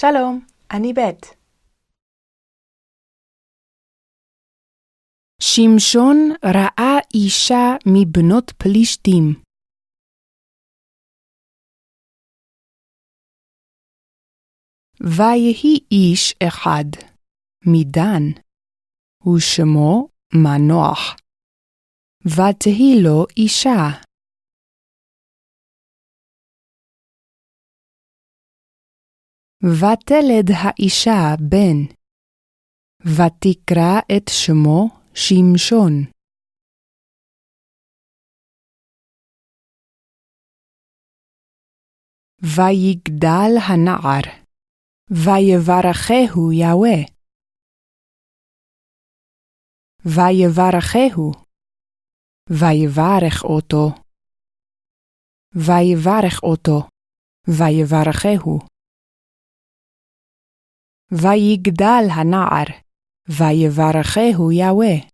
שלום, אני בית. שמשון ראה אישה מבנות פלישתים. ויהי איש אחד מדן, ושמו מנוח, ותהי לו אישה. ותלד האישה בן, ותקרא את שמו שמשון. ויגדל הנער, ויברכהו יהוה. ויברכהו, ויברך אותו. ויברך אותו, ויברכהו. ויגדל הנער, ויברכהו יהוה.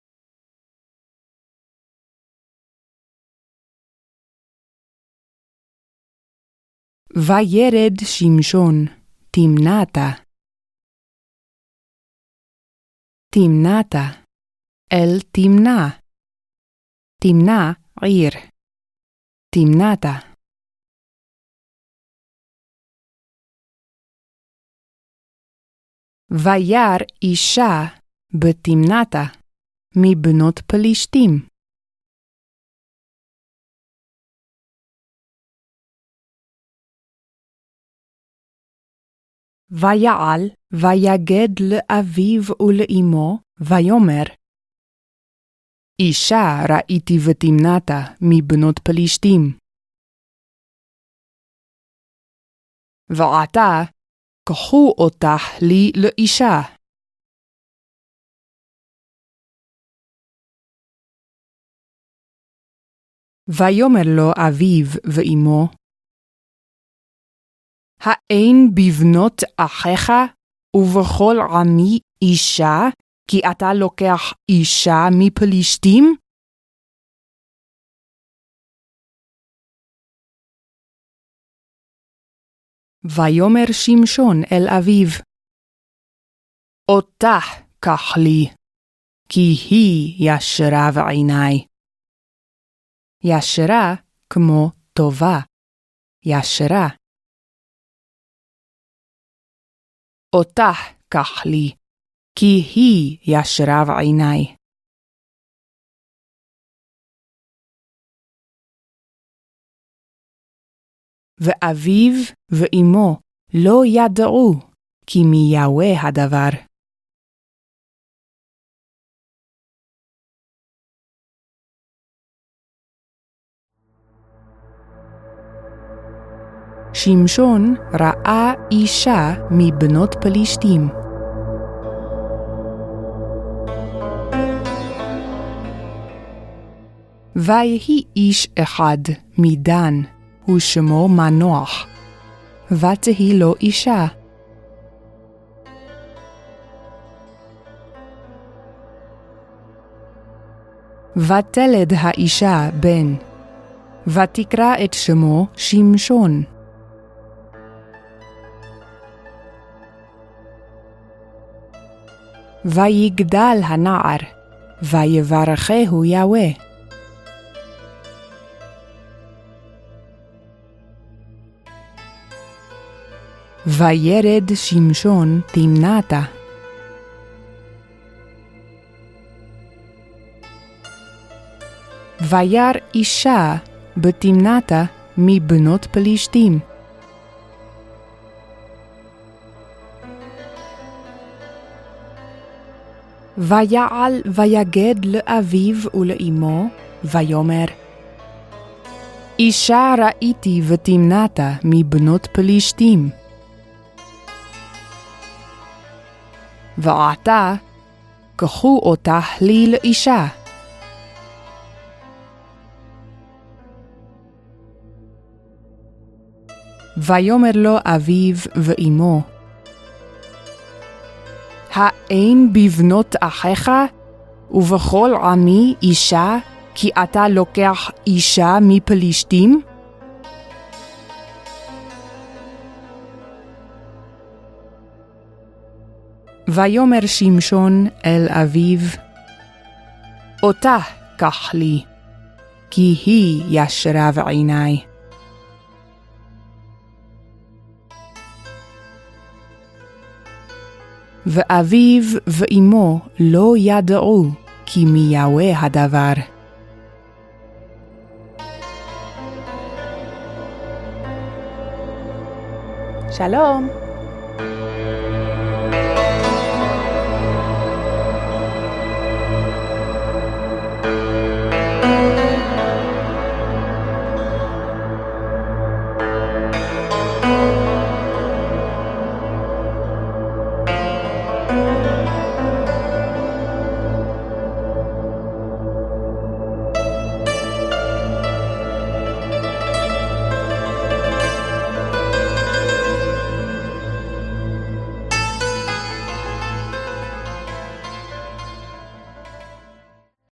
וירד שמשון תמנתה. תמנתה, אל תמנה. תמנה עיר. תמנתה. וירא אישה בתמנתה מבנות פלישתים. ויעל ויגד לאביו ולאמו, ויאמר, אישה ראיתי בתמנתה מבנות פלישתים. ועתה קחו אותך לי לאישה. ויאמר לו אביו ואמו, האין בבנות אחיך ובכל עמי אישה, כי אתה לוקח אישה מפלישתים? ויאמר שמשון אל אביו, אותך קח לי, כי היא ישרה בעיני. ישרה כמו טובה, ישרה. אותך קח לי, כי היא ישרה בעיני. ואביו ואמו לא ידעו, כי מיהוה הדבר. שמשון ראה אישה מבנות פלישתים. ויהי איש אחד מדן, ושמו מנוח, ותהי לו אישה. ותלד האישה בן, ותקרא את שמו שמשון. ויגדל הנער, ויברכהו יהוה. וירד שמשון תמנתה. וירא אישה בתמנתה מבנות פלישתים. ויעל ויגד לאביו ולאמו, ויאמר, אישה ראיתי בתמנתה מבנות פלישתים. ועתה קחו אותך לי לאישה. ויאמר לו אביו ואמו, האין בבנות אחיך ובכל עמי אישה, כי אתה לוקח אישה מפלישתים? ויאמר שמשון אל אביו, אותה קח לי, כי היא ישרה בעיני. ואביו ואמו לא ידעו כי מיהווה הדבר. שלום.